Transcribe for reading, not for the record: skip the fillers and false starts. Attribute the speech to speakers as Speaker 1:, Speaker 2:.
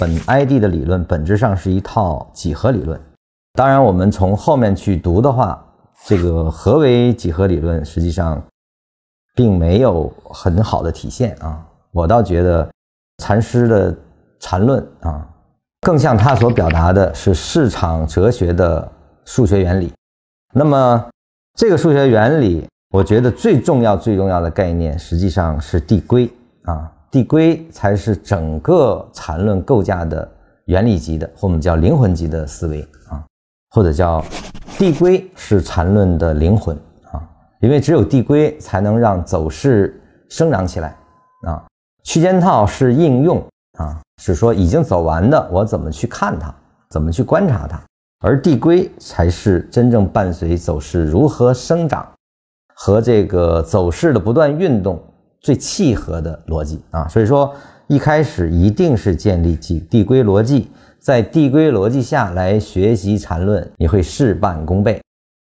Speaker 1: 本 ID 的理论本质上是一套几何理论。当然我们从后面去读的话，这个何为几何理论实际上并没有很好的体现啊。我倒觉得禅师的禅论啊，更像他所表达的是市场哲学的数学原理。那么这个数学原理，我觉得最重要的概念实际上是递归啊，递归才是整个禅论构架的原理级的，或我们叫灵魂级的思维啊，或者叫递归是禅论的灵魂啊，因为只有递归才能让走势生长起来啊。区间套是应用啊，是说已经走完的我怎么去看它，怎么去观察它，而递归才是真正伴随走势如何生长和这个走势的不断运动最契合的逻辑啊。所以说一开始一定是建立起递归逻辑，在递归逻辑下来学习禅论，你会事半功倍。